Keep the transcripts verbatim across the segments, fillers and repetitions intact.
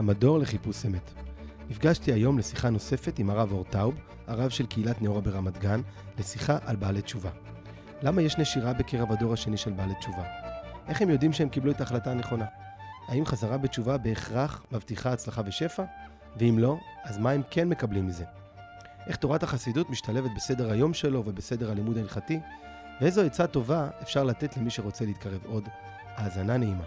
המדור לחיפוש אמת. נפגשתי היום לשיחה נוספת עם הרב אור טאוב, הרב של קהילת נאורה ברמת גן, לשיחה על בעלי תשובה. למה יש נשירה בקרב הדור השני של בעלי תשובה? איך הם יודעים שהם קיבלו את ההחלטה הנכונה? האם חזרה בתשובה בהכרח מבטיחה הצלחה ושפע? ואם לא, אז מה הם כן מקבלים מזה? איך תורת החסידות משתלבת בסדר היום שלו ובסדר הלימוד ההלכתי? ואיזו עצה טובה אפשר לתת למי שרוצה להתקרב עוד? האזנה נעימה.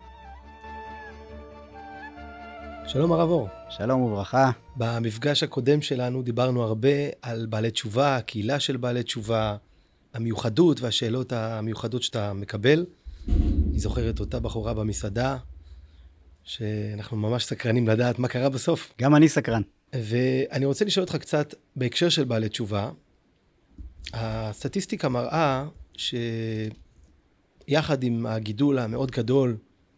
שלום הרב אור. שלום וברכה. במפגש הקודם שלנו דיברנו הרבה על בעלי תשובה, הקהילה של בעלי תשובה, המיוחדות והשאלות המיוחדות שאתה מקבל. אני זוכר את אותה בחורה במסעדה, שאנחנו ממש סקרנים לדעת מה קרה בסוף. גם אני סקרן. ואני רוצה לשאול אותך קצת בהקשר של בעלי תשובה. הסטטיסטיקה מראה שיחד עם הגידול המאוד גדול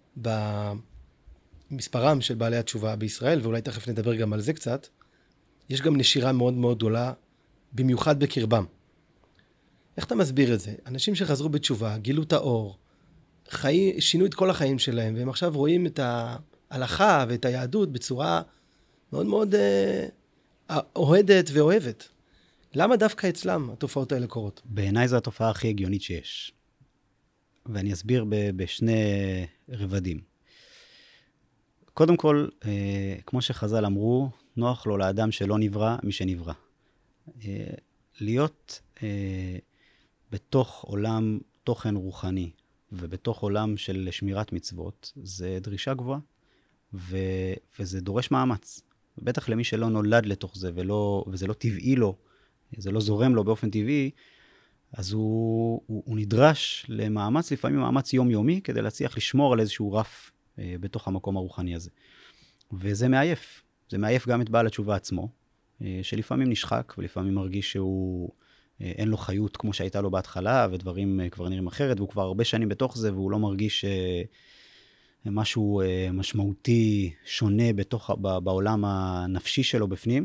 במספרם של בעלי התשובה בישראל, ואולי תכף נדבר גם על זה קצת, יש גם נשירה מאוד מאוד גדולה, במיוחד בקרבם. איך אתה מסביר את זה? אנשים שחזרו בתשובה, גילו את האור, חי... שינו את כל החיים שלהם, והם עכשיו רואים את ההלכה ואת היהדות בצורה מאוד מאוד אה, אוהדת ואוהבת. למה דווקא אצלם התופעות האלה קורות? בעיניי זו התופעה הכי הגיונית שיש. ואני אסביר ב- בשני רבדים. קודם כל, אה, כמו שחז"ל אמרו, נוח לו לאדם שלא נברא משנברא. אה, להיות אה, בתוך עולם תוכן רוחני, ובתוך עולם של שמירת מצוות, זה דרישה גבוהה, ו... וזה דורש מאמץ. בטח למי שלא נולד לתוך זה, ולא... וזה לא טבעי לו, זה לא זורם לו באופן טבעי, אז הוא, הוא, הוא נדרש למאמץ, לפעמים מאמץ יומיומי, כדי להצליח לשמור על איזשהו רף אה, בתוך המקום הרוחני הזה. וזה מעייף. זה מעייף גם את בעל התשובה עצמו, אה, שלפעמים נשחק, ולפעמים מרגיש שהוא... אין לו חיות כמו שהייתה לו בהתחלה, ודברים כבר נראים אחרת, והוא כבר הרבה שנים בתוך זה, והוא לא מרגיש משהו משמעותי שונה בתוך, בעולם הנפשי שלו בפנים.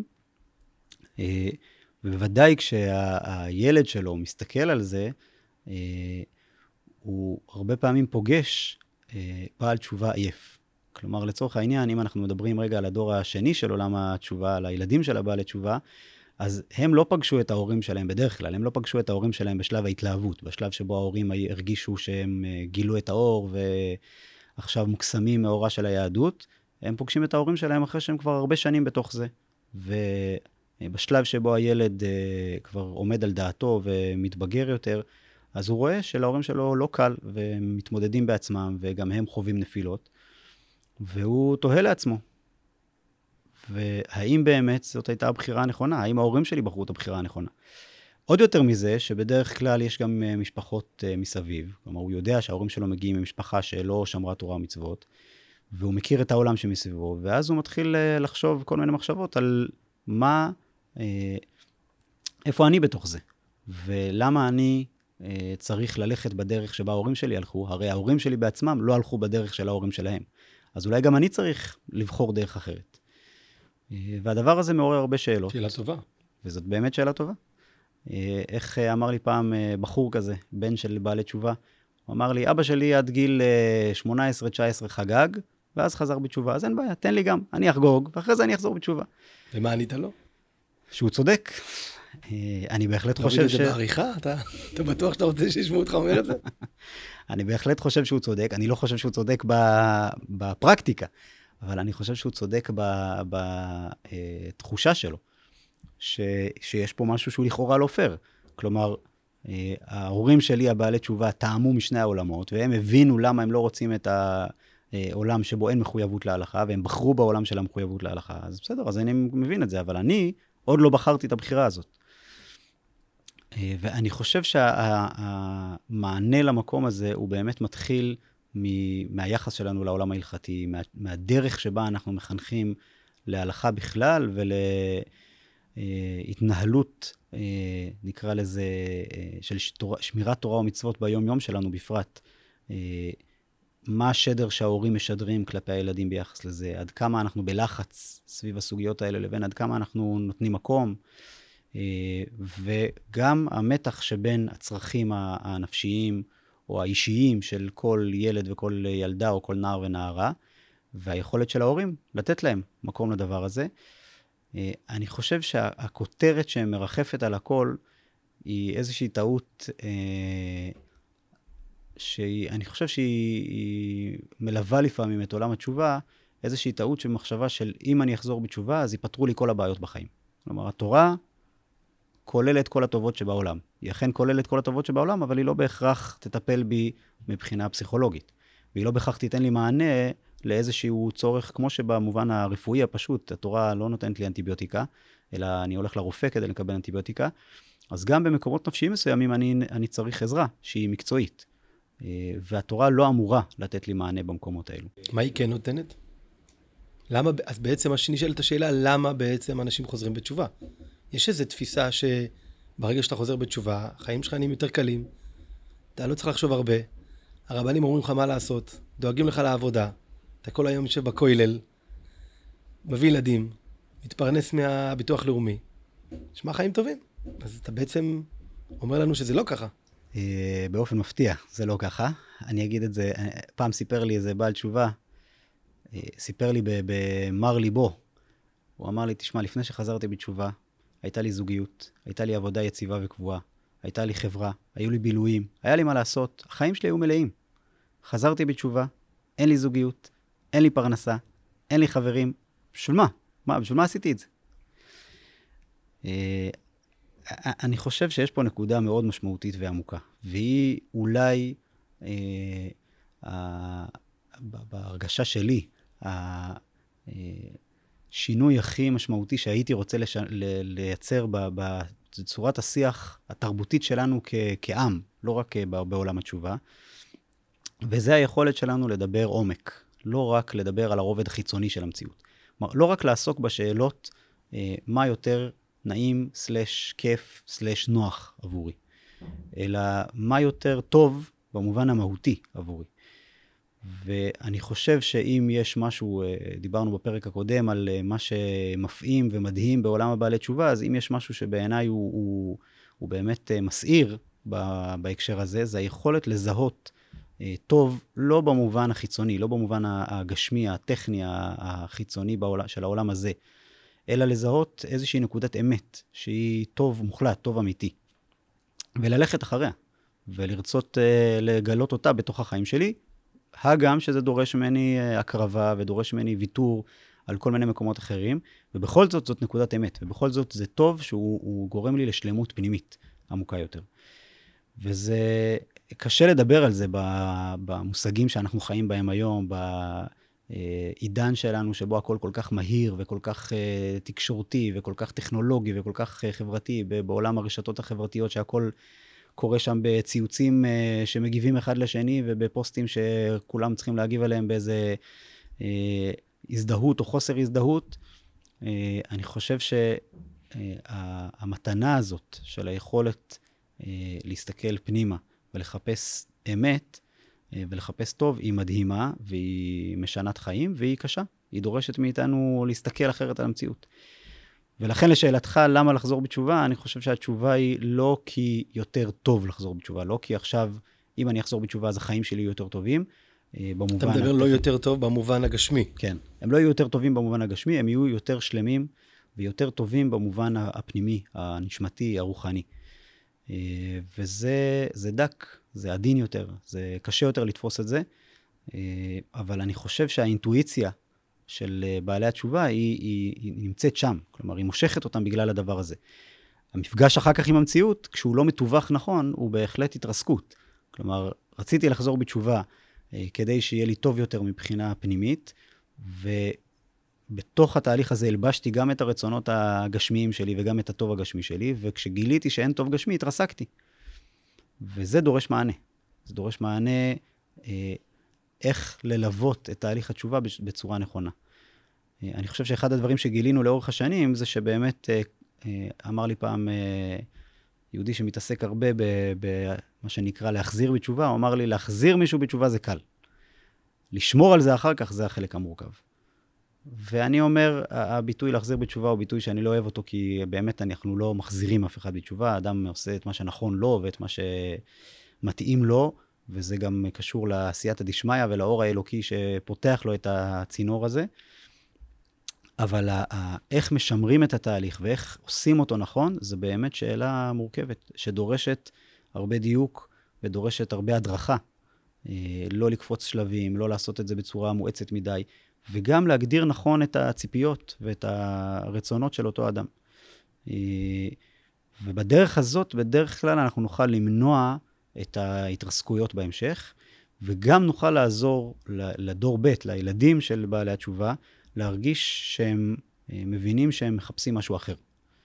ובוודאי כשהילד שלו מסתכל על זה, הוא הרבה פעמים פוגש בעל תשובה עייף. כלומר, לצורך העניין, אם אנחנו מדברים רגע על הדור השני של עולם התשובה, על הילדים של הבעל תשובה, אז הם לא פגשו את ההורים שלהם בדרך כלל, הם לא פגשו את ההורים שלהם בשלב ההתלהבות, בשלב שבו ההורים הרגישו שהם גילו את האור ועכשיו מוקסמים מאורה של היהדות, הם פוגשים את ההורים שלהם אחרי שהם כבר הרבה שנים בתוך זה. ובשלב שבו הילד כבר עומד על דעתו ומתבגר יותר, אז הוא רואה שלהורים שלו לא קל, והם מתמודדים בעצמם וגם הם חווים נפילות, והוא תוהה לעצמו. והאם באמת זאת הייתה הבחירה הנכונה? האם ההורים שלי בחרו את הבחירה הנכונה? עוד יותר מזה, שבדרך כלל יש גם משפחות מסביב, כלומר הוא יודע שההורים שלו מגיעים ממשפחה שלא שמרה תורה ומצוות, והוא מכיר את העולם שמסביבו, ואז הוא מתחיל לחשוב כל מיני מחשבות על מה, איפה אני בתוך זה, ולמה אני צריך ללכת בדרך שבה ההורים שלי הלכו, הרי ההורים שלי בעצמם לא הלכו בדרך של ההורים שלהם, אז אולי גם אני צריך לבחור דרך אחרת. והדבר הזה מעורר הרבה שאלות. שאלה טובה. וזאת באמת שאלה טובה. איך אמר לי פעם בחור כזה, בן של בעלי תשובה, הוא אמר לי, אבא שלי עד גיל שמונה עשרה תשע עשרה חגג, ואז חזר בתשובה. אז אין בעיה, תן לי גם, אני אחגוג, ואחרי זה אני אחזור בתשובה. ומה ענית לו? שהוא צודק. אני בהחלט חושב ש... תוריד את זה בעריכה? אתה, אתה בטוח שאתה רוצה שישמעו אותך אומר את זה? אני בהחלט חושב שהוא צודק. אני לא חושב שהוא צודק בפרקטיקה. אבל אני חושב שהוא צודק בתחושה שלו, ש, שיש פה משהו שהוא לכאורה לא פייר. כלומר, ההורים שלי, הבעלי תשובה, טעמו משני העולמות, והם הבינו למה הם לא רוצים את העולם שבו אין מחויבות להלכה, והם בחרו בעולם של המחויבות להלכה. אז בסדר, אז אני מבין את זה, אבל אני עוד לא בחרתי את הבחירה הזאת. ואני חושב שהמענה למקום הזה הוא באמת מתחיל מהיחס שלנו לעולם ההלכתי, מה, מהדרך שבה אנחנו מחנכים להלכה בכלל ולהתנהלות, נקרא לזה, של שמירת תורה ומצוות ביום יום שלנו בפרט. מה השדר שההורים משדרים כלפי הילדים ביחס לזה, עד כמה אנחנו בלחץ סביב הסוגיות האלה, לבין עד כמה אנחנו נותנים מקום, וגם המתח שבין הצרכים הנפשיים, או האישיים של כל ילד וכל ילדה או כל נער ונערה, והיכולת של ההורים לתת להם מקום לדבר הזה. אני חושב שהכותרת שמרחפת על הכל היא איזושהי טעות שאני חושב שהיא מלווה לפעמים את עולם התשובה, איזושהי טעות של מחשבה של אם אני אחזור בתשובה, אז ייפתרו לי כל הבעיות בחיים. כלומר, התורה כוללת כל הטובות שבעולם. היא אכן כוללת כל הטובות שבעולם, אבל היא לא בהכרח תטפל בי מבחינה פסיכולוגית. והיא לא בהכרח תיתן לי מענה לאיזשהו צורך, כמו שבמובן הרפואי הפשוט, התורה לא נותנת לי אנטיביוטיקה, אלא אני הולך לרופא כדי לקבל אנטיביוטיקה. אז גם במקומות נפשיים מסוימים אני, אני צריך עזרה שהיא מקצועית. והתורה לא אמורה לתת לי מענה במקומות האלו. מה היא כן נותנת? למה, אז בעצם השני נשאלת השאלה, למה בעצם אנשים חוזרים בתשובה? יש איזו תפיסה שברגע שאתה חוזר בתשובה, החיים שלך נהיים יותר קלים, אתה לא צריך לחשוב הרבה, הרבנים אומרים לך מה לעשות, דואגים לך לעבודה, אתה כל היום יושב בכולל, מביא ילדים, מתפרנס מהביטוח לאומי, נשמע חיים טובים. אז אתה בעצם אומר לנו שזה לא ככה. באופן מפתיע, זה לא ככה. אני אגיד את זה, פעם סיפר לי איזה בעל תשובה, סיפר לי במר ליבו, הוא אמר לי, תשמע, לפני שחזרתי בתשובה, הייתה לי זוגיות, הייתה לי עבודה יציבה וקבועה, הייתה לי חברה, היו לי בילויים, היה לי מה לעשות, החיים שלי היו מלאים. חזרתי בתשובה, אין לי זוגיות, אין לי פרנסה, אין לי חברים, בשביל מה? מה, בשביל מה עשיתי את זה? אני חושב שיש פה נקודה מאוד משמעותית ועמוקה, והיא אולי, בהרגשה שלי, השינוי הכי משמעותי שהייתי רוצה לש... לייצר בצורת השיח התרבותית שלנו כ... כעם, לא רק בעולם התשובה, וזה היכולת שלנו לדבר עומק, לא רק לדבר על הרובד החיצוני של המציאות. לא רק לעסוק בשאלות מה יותר נעים סלש כיף סלש נוח עבורי, אלא מה יותר טוב במובן המהותי עבורי. ואני חושב שאם יש משהו, דיברנו בפרק הקודם על מה שמפעים ומדהים בעולם הבעלי תשובה, אז אם יש משהו שבעיניי הוא, הוא, הוא באמת מסעיר בהקשר הזה, זה היכולת לזהות טוב, לא במובן החיצוני, לא במובן הגשמי, הטכני, החיצוני של העולם הזה, אלא לזהות איזושהי נקודת אמת, שהיא טוב מוחלט, טוב אמיתי, וללכת אחריה, ולרצות לגלות אותה בתוך החיים שלי, הגם שזה דורש ממני הקרבה, ודורש ממני ויתור על כל מיני מקומות אחרים, ובכל זאת זאת נקודת אמת, ובכל זאת זה טוב שהוא גורם לי לשלמות פנימית עמוקה יותר. וזה קשה לדבר על זה במושגים שאנחנו חיים בהם היום, בעידן שלנו שבו הכל כל כך מהיר, וכל כך תקשורתי, וכל כך טכנולוגי, וכל כך חברתי, בעולם הרשתות החברתיות שהכל קורה שם בציוצים uh, שמגיבים אחד לשני, ובפוסטים שכולם צריכים להגיב עליהם באיזה uh, הזדהות או חוסר הזדהות. Uh, אני חושב שהמתנה uh, הזאת של היכולת uh, להסתכל פנימה ולחפש אמת uh, ולחפש טוב, היא מדהימה והיא משנת חיים והיא קשה. היא דורשת מאיתנו להסתכל אחרת על המציאות. ולכן לשאלתך, למה לחזור בתשובה? אני חושב שהתשובה היא לא כי יותר טוב לחזור בתשובה, לא כי עכשיו, אם אני אחזור בתשובה, אז החיים שלי יהיו יותר טובים. במובן אתה מדבר לא יותר טוב במובן הגשמי. כן, הם לא יהיו יותר טובים במובן הגשמי, הם יהיו יותר שלמים ויותר טובים במובן הפנימי, הנשמתי, הרוחני. וזה זה דק, זה עדין יותר, זה קשה יותר לתפוס את זה, אבל אני חושב שהאינטואיציה של בעלי התשובה היא, היא, היא נמצאת שם, כלומר היא מושכת אותם בגלל הדבר הזה. המפגש אחר כך עם המציאות, כשהוא לא מתווך נכון, הוא בהחלט התרסקות. כלומר, רציתי לחזור בתשובה אה, כדי שיהיה לי טוב יותר מבחינה פנימית, ובתוך התהליך הזה הלבשתי גם את הרצונות הגשמיים שלי וגם את הטוב הגשמי שלי, וכשגיליתי שאין טוב גשמי, התרסקתי. וזה דורש מענה. זה דורש מענה אה, איך ללוות את תהליך התשובה בצורה נכונה. אני חושב שאחד הדברים שגילינו לאורך השנים, זה שבאמת, אמר לי פעם יהודי שמתעסק הרבה במה שנקרא להחזיר בתשובה, הוא אמר לי, להחזיר מישהו בתשובה זה קל. לשמור על זה אחר כך, זה החלק המורכב. ואני אומר, הביטוי להחזיר בתשובה הוא ביטוי שאני לא אוהב אותו, כי באמת אנחנו לא מחזירים אף אחד בתשובה, האדם עושה את מה שנכון לו, ואת מה שמתאים לו, וזה גם קשור לעשיית הדשמיא ולאור האלוקי שפותח לו את הצינור הזה. אבל איך משמרים את התהליך ואיך עושים אותו נכון, זה באמת שאלה מורכבת, שדורשת הרבה דיוק ודורשת הרבה הדרכה. לא לקפוץ שלבים, לא לעשות את זה בצורה מואצת מדי, וגם להגדיר נכון את הציפיות ואת הרצונות של אותו אדם. ובדרך הזאת, בדרך כלל אנחנו נוכל למנוע את ההתרסקויות בהמשך, וגם נוכל לעזור לדור ב', לילדים של בעלי התשובה, להרגיש שהם מבינים שהם מחפשים משהו אחר.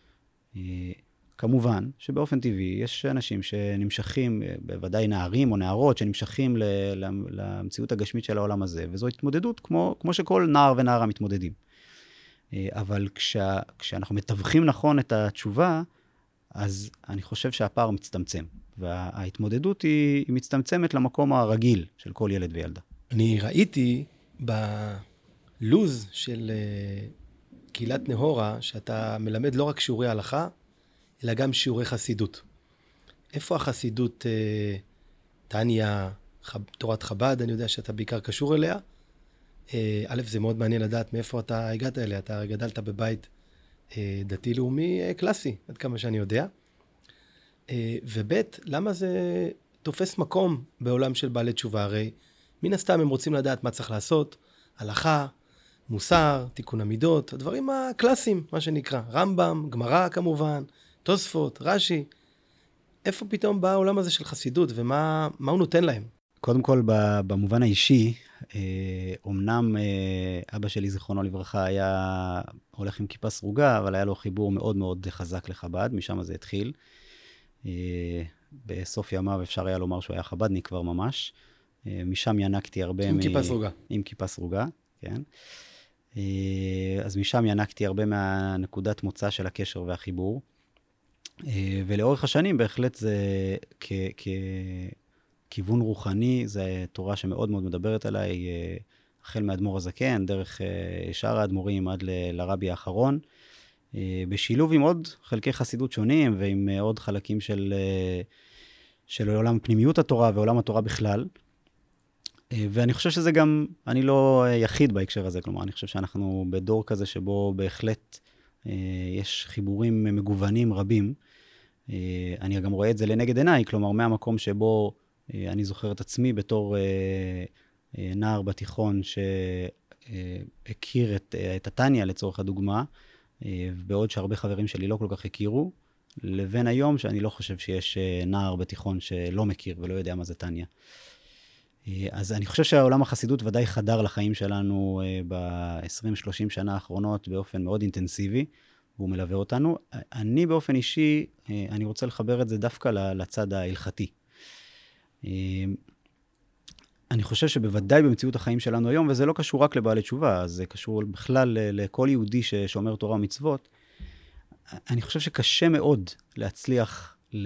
כמובן שבאופן טבעי יש אנשים שנמשכים, בוודאי נערים או נערות, שנמשכים למציאות הגשמית של העולם הזה, וזו התמודדות כמו, כמו שכל נער ונערה מתמודדים. אבל כשה, כשאנחנו מתווכים נכון את התשובה, אז אני חושב שהפער מצטמצם, וההתמודדות היא, היא מצטמצמת למקום הרגיל של כל ילד וילדה. אני ראיתי בלוז של קהילת נהורה, שאתה מלמד לא רק שיעורי הלכה, אלא גם שיעורי חסידות. איפה החסידות, תניה, חב, תורת חב"ד, אני יודע שאתה בעיקר קשור אליה. א', זה מאוד מעניין לדעת מאיפה אתה הגעת אליה, אתה גדלת בבית דתי-לאומי קלאסי, עד כמה שאני יודע. וב', למה זה תופס מקום בעולם של בעלי תשובה? הרי מן הסתם הם רוצים לדעת מה צריך לעשות, הלכה, מוסר, תיקון המידות, הדברים הקלאסיים, מה שנקרא, רמב"ם, גמרא כמובן, תוספות, רש"י. איפה פתאום בא העולם הזה של חסידות, ומה מה הוא נותן להם? קודם כל, במובן האישי, אומנם אבא שלי, זיכרונו לברכה, היה הולך עם כיפה סרוגה, אבל היה לו חיבור מאוד מאוד חזק לחב"ד, משם זה התחיל. בסוף ימיו אפשר היה לומר שהוא היה חב"דניק כבר ממש. משם ינקתי הרבה... עם מ... כיפה סרוגה. עם כיפה סרוגה, כן. אז משם ינקתי הרבה מהנקודת מוצא של הקשר והחיבור. ולאורך השנים בהחלט זה כ... כ... כיוון רוחני, זה תורה שמאוד מאוד מדברת עליי, החל מאדמו"ר הזקן, דרך שאר האדמו"רים עד ל... לרבי האחרון, בשילוב עם עוד חלקי חסידות שונים, ועם עוד חלקים של, של עולם פנימיות התורה ועולם התורה בכלל. ואני חושב שזה גם, אני לא יחיד בהקשר הזה, כלומר, אני חושב שאנחנו בדור כזה שבו בהחלט יש חיבורים מגוונים רבים. אני גם רואה את זה לנגד עיניי, כלומר, מהמקום שבו אני זוכר את עצמי בתור נער בתיכון שהכיר את, את התניה לצורך הדוגמה, בעוד שהרבה חברים שלי לא כל כך הכירו, לבין היום שאני לא חושב שיש נער בתיכון שלא מכיר ולא יודע מה זה תניה. אז אני חושב שהעולם החסידות ודאי חדר לחיים שלנו ב-עשרים שלושים שנה האחרונות באופן מאוד אינטנסיבי, והוא מלווה אותנו. אני באופן אישי, אני רוצה לחבר את זה דווקא לצד ההלכתי. אני חושב שבוודאי במציאות החיים שלנו היום, וזה לא קשור רק לבעלי תשובה, זה קשור בכלל לכל יהודי ששומר תורה ומצוות, אני חושב שקשה מאוד להצליח ל...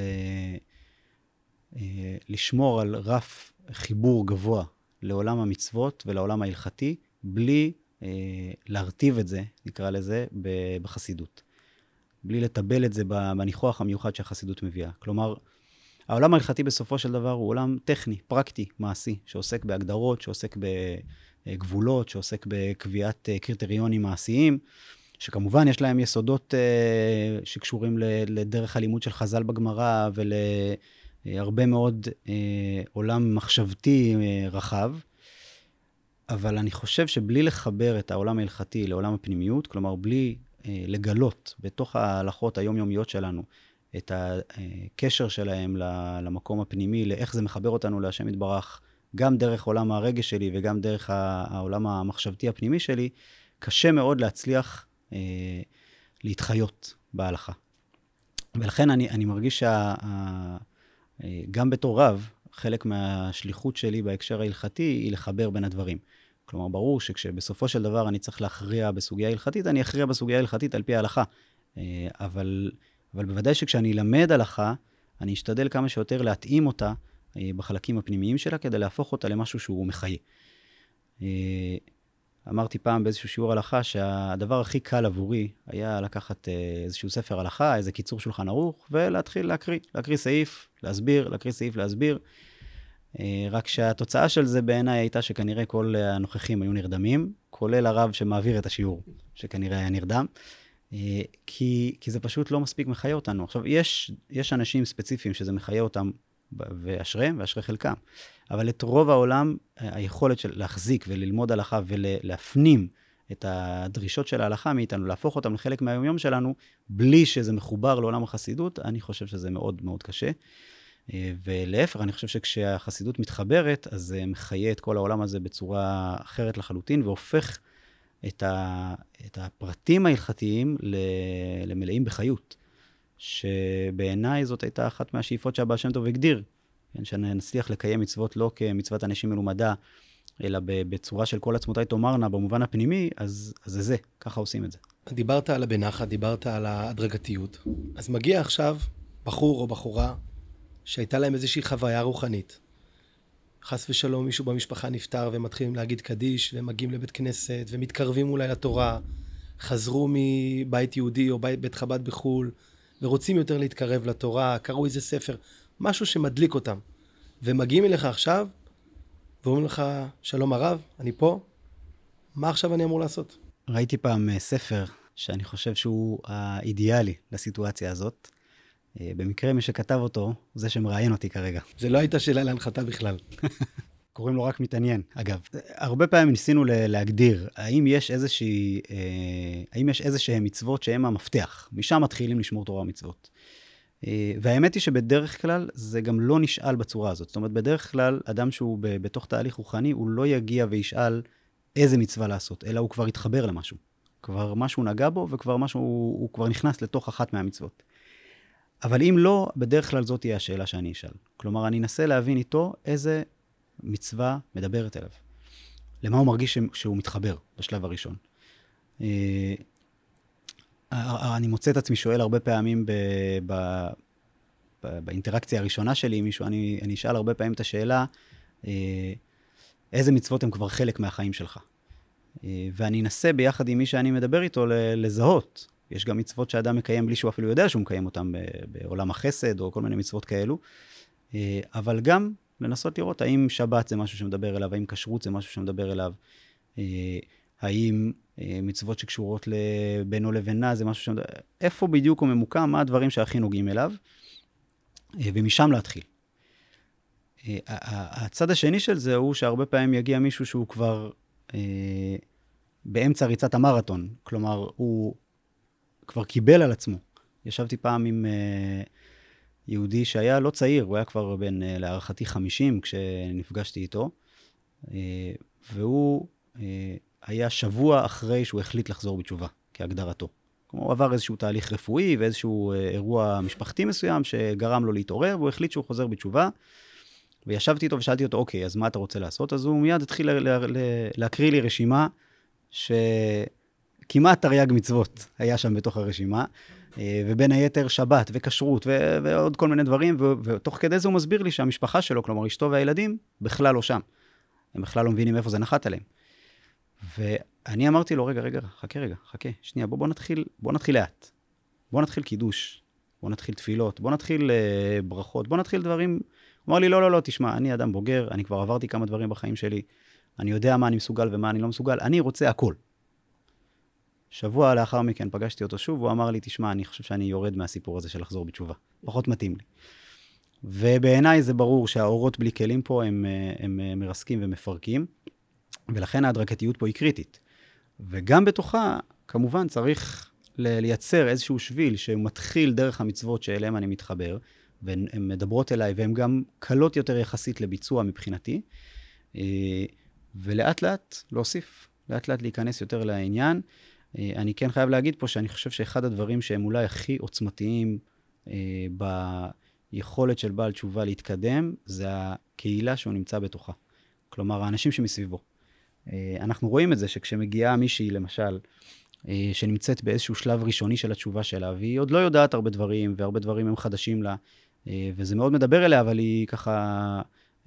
לשמור על רף חיבור גבוה לעולם המצוות ולעולם ההלכתי, בלי להרטיב את זה, נקרא לזה, בחסידות. בלי לטבל את זה בניחוח המיוחד שהחסידות מביאה. כלומר, העולם ההלכתי בסופו של דבר הוא עולם טכני, פרקטי, מעשי, שעוסק בהגדרות, שעוסק בגבולות, שעוסק בקביעת קריטריונים מעשיים, שכמובן יש להם יסודות שקשורים לדרך הלימוד של חז"ל בגמרא, ולהרבה מאוד עולם מחשבתי רחב, אבל אני חושב שבלי לחבר את העולם ההלכתי לעולם הפנימיות, כלומר בלי לגלות בתוך ההלכות היומיומיות שלנו, את הקשר שלהם למקום הפנימי, לאיך זה מחבר אותנו להשם יתברך, גם דרך עולם הרגש שלי וגם דרך העולם המחשבתי הפנימי שלי, קשה מאוד להצליח אה, להתחיות בהלכה. ולכן אני, אני מרגיש שגם בתור רב, חלק מהשליחות שלי בהקשר ההלכתי היא לחבר בין הדברים. כלומר, ברור שכשבסופו של דבר אני צריך להכריע בסוגיה הלכתית, אני אכריע בסוגיה הלכתית על פי ההלכה. אה, אבל... אבל בוודאי שכשאני אלמד הלכה, אני אשתדל כמה שיותר להתאים אותה בחלקים הפנימיים שלה, כדי להפוך אותה למשהו שהוא מחיה. אמרתי פעם באיזשהו שיעור הלכה, שהדבר הכי קל עבורי היה לקחת איזשהו ספר הלכה, איזה קיצור שולחן ערוך, ולהתחיל להקריא, להקריא סעיף, להסביר, להקריא סעיף, להסביר. רק שהתוצאה של זה בעיניי הייתה שכנראה כל הנוכחים היו נרדמים, כולל הרב שמעביר את השיעור, שכנראה היה נרדם, כי, כי זה פשוט לא מספיק מחיה אותנו. עכשיו, יש, יש אנשים ספציפיים שזה מחיה אותם, ואשריהם, ואשרי חלקם. אבל את רוב העולם, היכולת של להחזיק וללמוד הלכה ולהפנים את הדרישות של ההלכה מאיתנו, להפוך אותם לחלק מהיומיום שלנו, בלי שזה מחובר לעולם החסידות, אני חושב שזה מאוד מאוד קשה. ולהפך, אני חושב שכשהחסידות מתחברת, אז זה מחיה את כל העולם הזה בצורה אחרת לחלוטין, והופך את, ה, את הפרטים ההלכתיים למלאים בחיות. שבעיניי זאת הייתה אחת מהשאיפות שהבעל שם טוב הגדיר, שנצליח לקיים מצוות לא כמצוות אנשים מלומדה, אלא בצורה של כל עצמותיי תאמרנה, במובן הפנימי, אז, אז זה זה, ככה עושים את זה. דיברת על הבנחת, דיברת על ההדרגתיות. אז מגיע עכשיו בחור או בחורה שהייתה להם איזושהי חוויה רוחנית. חס ושלום מישהו במשפחה נפטר ומתחילים להגיד קדיש, ומגיעים לבית כנסת ומתקרבים אולי לתורה, חזרו מבית יהודי או בית, בית חב"ד בחול, ורוצים יותר להתקרב לתורה, קראו איזה ספר, משהו שמדליק אותם. ומגיעים אליך עכשיו, ואומרים לך, שלום הרב, אני פה, מה עכשיו אני אמור לעשות? ראיתי פעם ספר שאני חושב שהוא האידיאלי לסיטואציה הזאת. במקרה מי שכתב אותו, זה שמראיין אותי כרגע. זה לא הייתה שאלה להנחתה בכלל. קוראים לו רק מתעניין. אגב, הרבה פעמים ניסינו להגדיר, האם יש איזושהי, האם יש איזשהם מצוות שהם המפתח. משם מתחילים לשמור תורה ומצוות. והאמת היא שבדרך כלל זה גם לא נשאל בצורה הזאת. זאת אומרת, בדרך כלל אדם שהוא בתוך תהליך רוחני, הוא לא יגיע וישאל איזה מצווה לעשות, אלא הוא כבר יתחבר למשהו. כבר משהו נגע בו, וכבר משהו, הוא כבר נכנס לתוך אחת מהמצוות. אבל אם לא, בדרך כלל זאת תהיה השאלה שאני אשאל. כלומר, אני אנסה להבין איתו איזה מצווה מדברת אליו. למה הוא מרגיש שהוא מתחבר בשלב הראשון. אני מוצא את עצמי שואל הרבה פעמים ב, ב, ב, באינטראקציה הראשונה שלי עם מישהו, אני, אני אשאל הרבה פעמים את השאלה, איזה מצוות הם כבר חלק מהחיים שלך. ואני אנסה ביחד עם מי שאני מדבר איתו לזהות. יש גם מצוות שאדם מקיים בלי שהוא אפילו יודע שהוא מקיים אותם בעולם החסד, או כל מיני מצוות כאלו. אבל גם לנסות לראות האם שבת זה משהו שמדבר אליו, האם כשרות זה משהו שמדבר אליו, האם מצוות שקשורות לבינו לבינה זה משהו שמדבר... איפה בדיוק הוא ממוקם, מה הדברים שהכי נוגעים אליו, ומשם להתחיל. הצד השני של זה הוא שהרבה פעמים יגיע מישהו שהוא כבר באמצע ריצת המרתון, כלומר הוא כבר קיבל על עצמו. ישבתי פעם עם יהודי שהיה לא צעיר, הוא היה כבר בין להערכתי חמישים כשנפגשתי איתו, והוא היה שבוע אחרי שהוא החליט לחזור בתשובה, כהגדרתו. כלומר, הוא עבר איזשהו תהליך רפואי ואיזשהו אירוע משפחתי מסוים שגרם לו להתעורר, והוא החליט שהוא חוזר בתשובה, וישבתי איתו ושאלתי אותו, אוקיי, אז מה אתה רוצה לעשות? אז הוא מיד התחיל להקריא לי רשימה שכמעט תרי"ג מצוות היה שם בתוך הרשימה, ובין היתר שבת וכשרות ועוד כל מיני דברים, ותוך כדי זה הוא מסביר לי שהמשפחה שלו, כלומר אשתו והילדים, בכלל לא שם. הם בכלל לא מבינים איפה זה נחת עליהם. ואני אמרתי לו, רגע, רגע, חכה רגע, חכה, שנייה, בוא, בוא נתחיל, בוא נתחיל לאט. בוא נתחיל קידוש, בוא נתחיל תפילות, בוא נתחיל uh, ברכות, בוא נתחיל דברים. הוא אמר לי, לא, לא, לא, תשמע, אני אדם בוגר, אני כבר עברתי כמה דברים בחיים שלי, אני יודע מה אני מסוגל ומה אני לא מסוגל, אני רוצה הכל. שבוע לאחר מכן פגשתי אותו שוב, הוא אמר לי, תשמע, אני חושב שאני יורד מהסיפור הזה של לחזור בתשובה. פחות מתאים לי. ובעיניי זה ברור שהאורות בלי כלים פה הם, הם, הם מרסקים ומפרקים, ולכן ההדרגתיות פה היא קריטית. וגם בתוכה, כמובן, צריך לייצר איזשהו שביל שמתחיל דרך המצוות שאליהם אני מתחבר, והן מדברות אליי, והן גם קלות יותר יחסית לביצוע מבחינתי, ולאט לאט להוסיף, לאט לאט להיכנס יותר לעניין. אני כן חייב להגיד פה שאני חושב שאחד הדברים שהם אולי הכי עוצמתיים ביכולת של בעל תשובה להתקדם, זה הקהילה שהוא נמצא בתוכה. כלומר, האנשים שמסביבו. אנחנו רואים את זה שכשמגיעה מישהי, למשל, שנמצאת באיזשהו שלב ראשוני של התשובה שלה, והיא עוד לא יודעת הרבה דברים, והרבה דברים הם חדשים לה, וזה מאוד מדבר אליה, אבל היא ככה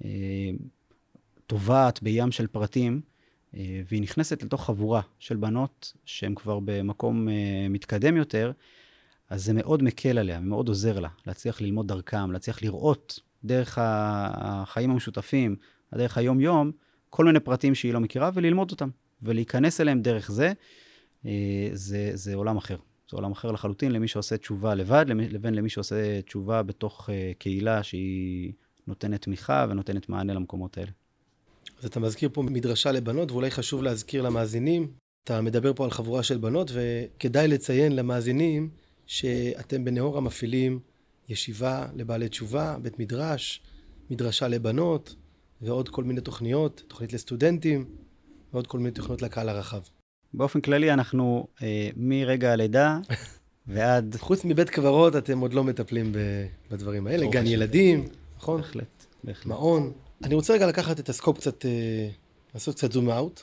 טובעת בים של פרטים, והיא נכנסת לתוך חבורה של בנות שהן כבר במקום מתקדם יותר, אז זה מאוד מקל עליה, מאוד עוזר לה, להצליח ללמוד דרכם, להצליח לראות דרך החיים המשותפים, הדרך היום-יום, כל מיני פרטים שהיא לא מכירה, וללמוד אותם, ולהיכנס אליהם דרך זה, זה, זה עולם אחר. זה עולם אחר לחלוטין למי שעושה תשובה לבד, לבין למי שעושה תשובה בתוך קהילה שהיא נותנת תמיכה ונותנת מענה למקומות האלה. אז אתה מזכיר פה מדרשה לבנות, ואולי חשוב להזכיר למאזינים, אתה מדבר פה על חבורה של בנות, וכדאי לציין למאזינים שאתם בנאורה מפעילים ישיבה לבעלי תשובה, בית מדרש, מדרשה לבנות, ועוד כל מיני תוכניות, תוכנית לסטודנטים, ועוד כל מיני תוכניות לקהל הרחב. באופן כללי אנחנו אה, מרגע הלידה ועד... חוץ מבית קברות אתם עוד לא מטפלים בדברים האלה, גן ילדים, נכון? בהחלט, בהחלט. מעון. אני רוצה רגע לקחת את הסקופ קצת, אה, לעשות קצת זום אאוט,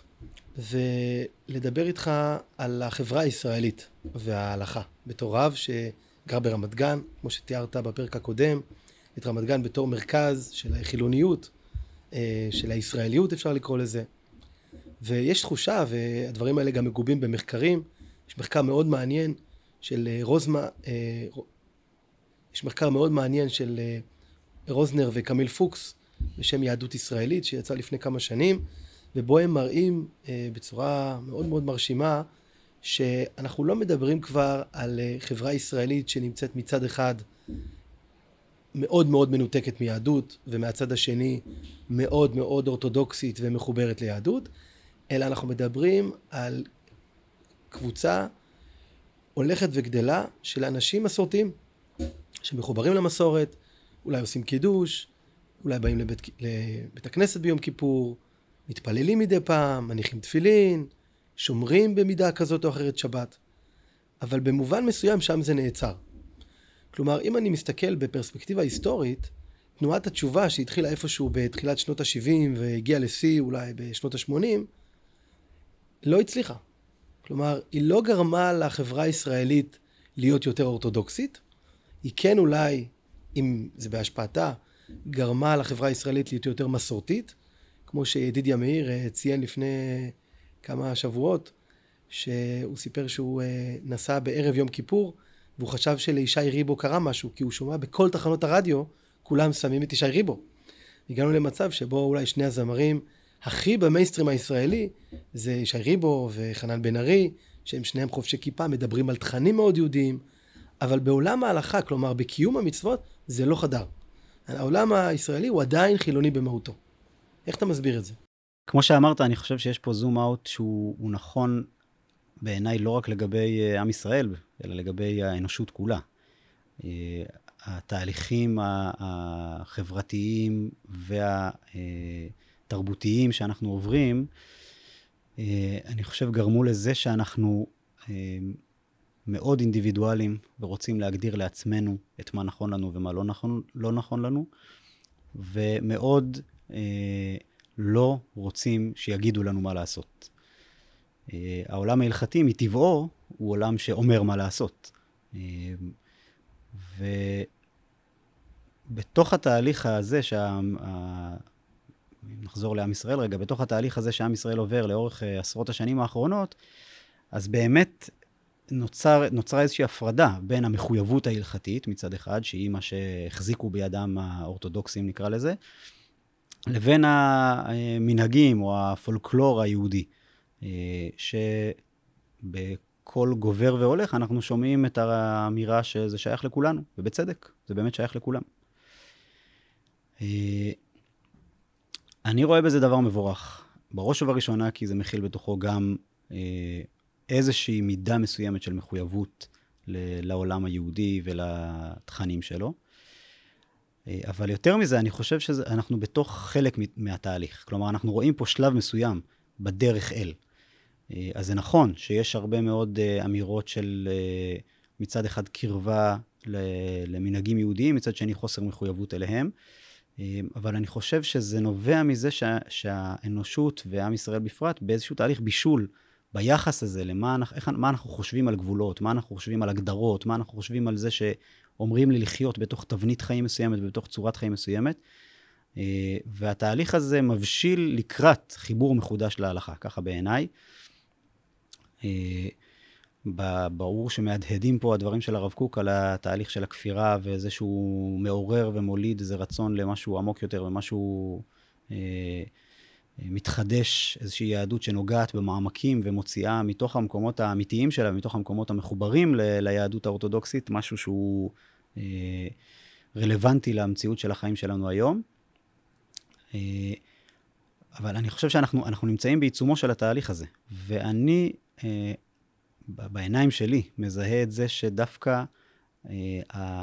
ולדבר איתך על החברה הישראלית וההלכה, בתור רב שגר ברמת גן, כמו שתיארת בפרק הקודם, את רמת גן בתור מרכז של החילוניות, אה, של הישראליות אפשר לקרוא לזה. ויש תחושה, והדברים האלה גם מגובים במחקרים, יש מחקר מאוד מעניין של רוזמה, יש מחקר מאוד מעניין של רוזנר וקמיל פוקס, בשם יהדות ישראלית, שיצא לפני כמה שנים, ובו הם מראים בצורה מאוד מאוד מרשימה, שאנחנו לא מדברים כבר על חברה ישראלית שנמצאת מצד אחד מאוד מאוד מנותקת מיהדות, ומהצד השני מאוד מאוד אורתודוקסית ומחוברת ליהדות, אלא אנחנו מדברים על קבוצה הולכת וגדלה של אנשים מסורתיים שמחוברים למסורת, אולי עושים קידוש, אולי באים לבית, לבית הכנסת ביום כיפור, מתפללים מדי פעם, מניחים תפילין, שומרים במידה כזאת או אחרת שבת, אבל במובן מסוים שם זה נעצר. כלומר, אם אני מסתכל בפרספקטיבה היסטורית, תנועת התשובה שהתחילה איפשהו בתחילת שנות ה-שבעים והגיעה לשיא אולי בשנות ה-שמונים, לא הצליחה. כלומר, היא לא גרמה לחברה הישראלית להיות יותר אורתודוקסית, היא כן אולי, אם זה בהשפעתה, גרמה לחברה הישראלית להיות יותר מסורתית, כמו שידידיה מאיר ציין לפני כמה שבועות, שהוא סיפר שהוא נסע בערב יום כיפור, והוא חשב שלישי ריבו קרה משהו, כי הוא שומע בכל תחנות הרדיו, כולם שמים את ישי ריבו. הגענו למצב שבו אולי שני הזמרים הכי במיינסטרים הישראלי, זה ישי ריבו וחנן בן ארי, שהם שניהם חובשי כיפה, מדברים על תכנים מאוד יהודיים, אבל בעולם ההלכה, כלומר בקיום המצוות, זה לא חדר. העולם הישראלי הוא עדיין חילוני במהותו. איך אתה מסביר את זה? כמו שאמרת, אני חושב שיש פה זום אאוט שהוא נכון בעיניי לא רק לגבי עם ישראל, אלא לגבי האנושות כולה. התהליכים החברתיים והתרבותיים שאנחנו עוברים, אני חושב גרמו לזה שאנחנו מאוד אינדיבידואלים ורוצים להגדיר לעצמנו את מה נכון לנו ומה לא נכון, לא נכון לנו, ומאוד לא רוצים שיגידו לנו מה לעשות. העולם ההלכתי מטבעו הוא עולם שאומר מה לעשות. ובתוך התהליך הזה, שה... אם נחזור לעם ישראל רגע, בתוך התהליך הזה שעם ישראל עובר לאורך עשרות השנים האחרונות, אז באמת נוצר, נוצרה איזושהי הפרדה בין המחויבות ההלכתית מצד אחד, שהיא מה שהחזיקו בידם האורתודוקסים נקרא לזה, לבין המנהגים או הפולקלור היהודי. שבכל גובר והולך אנחנו שומעים את האמירה שזה שייך לכולנו, ובצדק, זה באמת שייך לכולם. אני רואה בזה דבר מבורך, בראש ובראשונה כי זה מכיל בתוכו גם איזושהי מידה מסוימת של מחויבות לעולם היהודי ולתכנים שלו. אבל יותר מזה, אני חושב שאנחנו בתוך חלק מהתהליך. כלומר, אנחנו רואים פה שלב מסוים בדרך אל. אז זה נכון שיש הרבה מאוד אמירות של מצד אחד קרבה למנהגים יהודיים, מצד שני חוסר מחויבות אליהם. אבל אני חושב שזה נובע מזה שה, שהאנושות ועם ישראל בפרט באיזשהו תהליך בישול ביחס הזה, למה איך, מה אנחנו חושבים על גבולות, מה אנחנו חושבים על הגדרות, מה אנחנו חושבים על זה שאומרים לי לחיות בתוך תבנית חיים מסוימת ובתוך צורת חיים מסוימת. והתהליך הזה מבשיל לקראת חיבור מחודש להלכה, ככה בעיניי. ברור שמהדהדים פה הדברים של הרב קוק על התהליך של הכפירה, וזה שהוא מעורר ומוליד איזה רצון למשהו עמוק יותר, ומשהו אה, מתחדש, איזושהי יהדות שנוגעת במעמקים ומוציאה מתוך המקומות האמיתיים שלה, מתוך המקומות המחוברים ל, ליהדות האורתודוקסית, משהו שהוא אה, רלוונטי למציאות של החיים שלנו היום. אה, אבל אני חושב שאנחנו אנחנו נמצאים בעיצומו של התהליך הזה, ואני אה, בעיניים שלי מזהה את זה שדווקא אה,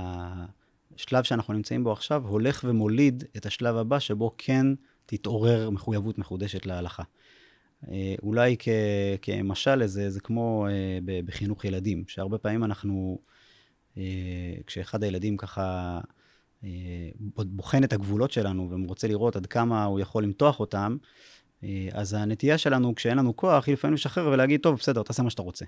השלב שאנחנו נמצאים בו עכשיו הולך ומוליד את השלב הבא שבו כן תתעורר מחויבות מחודשת להלכה. אה, אולי כ, כמשל לזה, זה כמו אה, בחינוך ילדים, שהרבה פעמים אנחנו, אה, כשאחד הילדים ככה אה, בוחן את הגבולות שלנו ורוצה לראות עד כמה הוא יכול למתוח אותם, אה, אז הנטייה שלנו כשאין לנו כוח היא לפעמים לשחרר ולהגיד, טוב, בסדר, תעשה מה שאתה רוצה.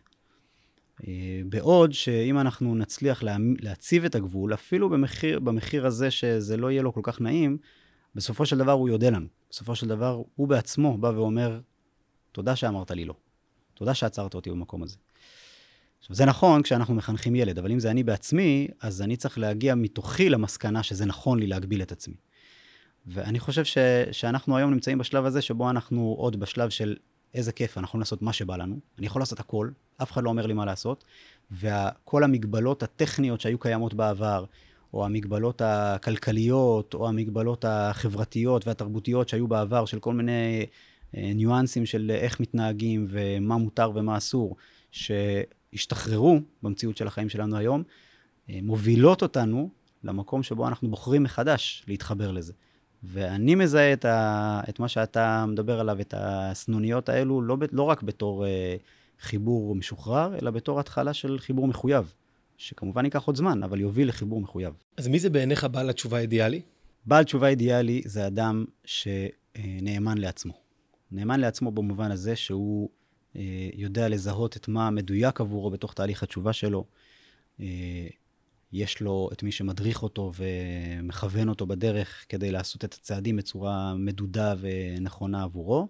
בעוד שאם אנחנו נצליח להציב את הגבול, אפילו במחיר, במחיר הזה שזה לא יהיה לו כל כך נעים, בסופו של דבר הוא יודע לנו. בסופו של דבר הוא בעצמו בא ואומר, תודה שאמרת לי לא. תודה שעצרת אותי במקום הזה. עכשיו, זה נכון כשאנחנו מחנכים ילד, אבל אם זה אני בעצמי, אז אני צריך להגיע מתוכי למסקנה שזה נכון לי להגביל את עצמי. ואני חושב ש, שאנחנו היום נמצאים בשלב הזה, שבו אנחנו עוד בשלב של איזה כיף, אנחנו יכולים לעשות מה שבא לנו. אני יכול לעשות הכל, אף אחד לא אומר לי מה לעשות, וכל המגבלות הטכניות שהיו קיימות בעבר, או המגבלות הכלכליות, או המגבלות החברתיות והתרבותיות שהיו בעבר, של כל מיני ניואנסים של איך מתנהגים ומה מותר ומה אסור, שהשתחררו במציאות של החיים שלנו היום, מובילות אותנו למקום שבו אנחנו בוחרים מחדש להתחבר לזה. ואני מזהה את, ה, את מה שאתה מדבר עליו, את הסנוניות האלו, לא, לא רק בתור אה, חיבור משוחרר, אלא בתור התחלה של חיבור מחויב, שכמובן ייקח עוד זמן, אבל יוביל לחיבור מחויב. אז מי זה בעיניך בעל התשובה אידיאלי? בעל תשובה אידיאלי זה אדם שנאמן לעצמו. נאמן לעצמו במובן הזה שהוא אה, יודע לזהות את מה מדויק עבורו בתוך תהליך התשובה שלו, אה, יש לו את מי שמדריך אותו ומכוון אותו בדרך כדי לעשות את הצעדים בצורה מדודה ונכונה עבורו.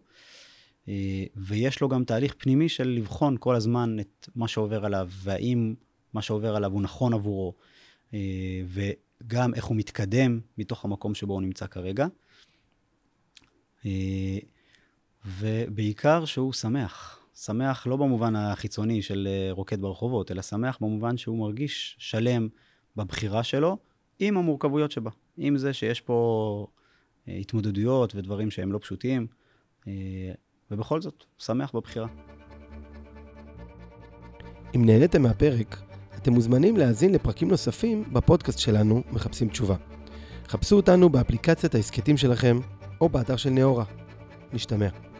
ויש לו גם תהליך פנימי של לבחון כל הזמן את מה שעובר עליו, והאם מה שעובר עליו הוא נכון עבורו, וגם איך הוא מתקדם מתוך המקום שבו הוא נמצא כרגע. ובעיקר שהוא שמח. שמח לא במובן החיצוני של רוקד ברחובות, אלא שמח במובן שהוא מרגיש שלם בבחירה שלו, עם המורכבויות שבה. עם זה שיש פה התמודדויות ודברים שהם לא פשוטים, ובכל זאת, שמח בבחירה. אם נהניתם מהפרק, אתם מוזמנים להאזין לפרקים נוספים בפודקאסט שלנו, מחפשים תשובה. חפשו אותנו באפליקציית העסקתים שלכם, או באתר של נאורה. נשתמע.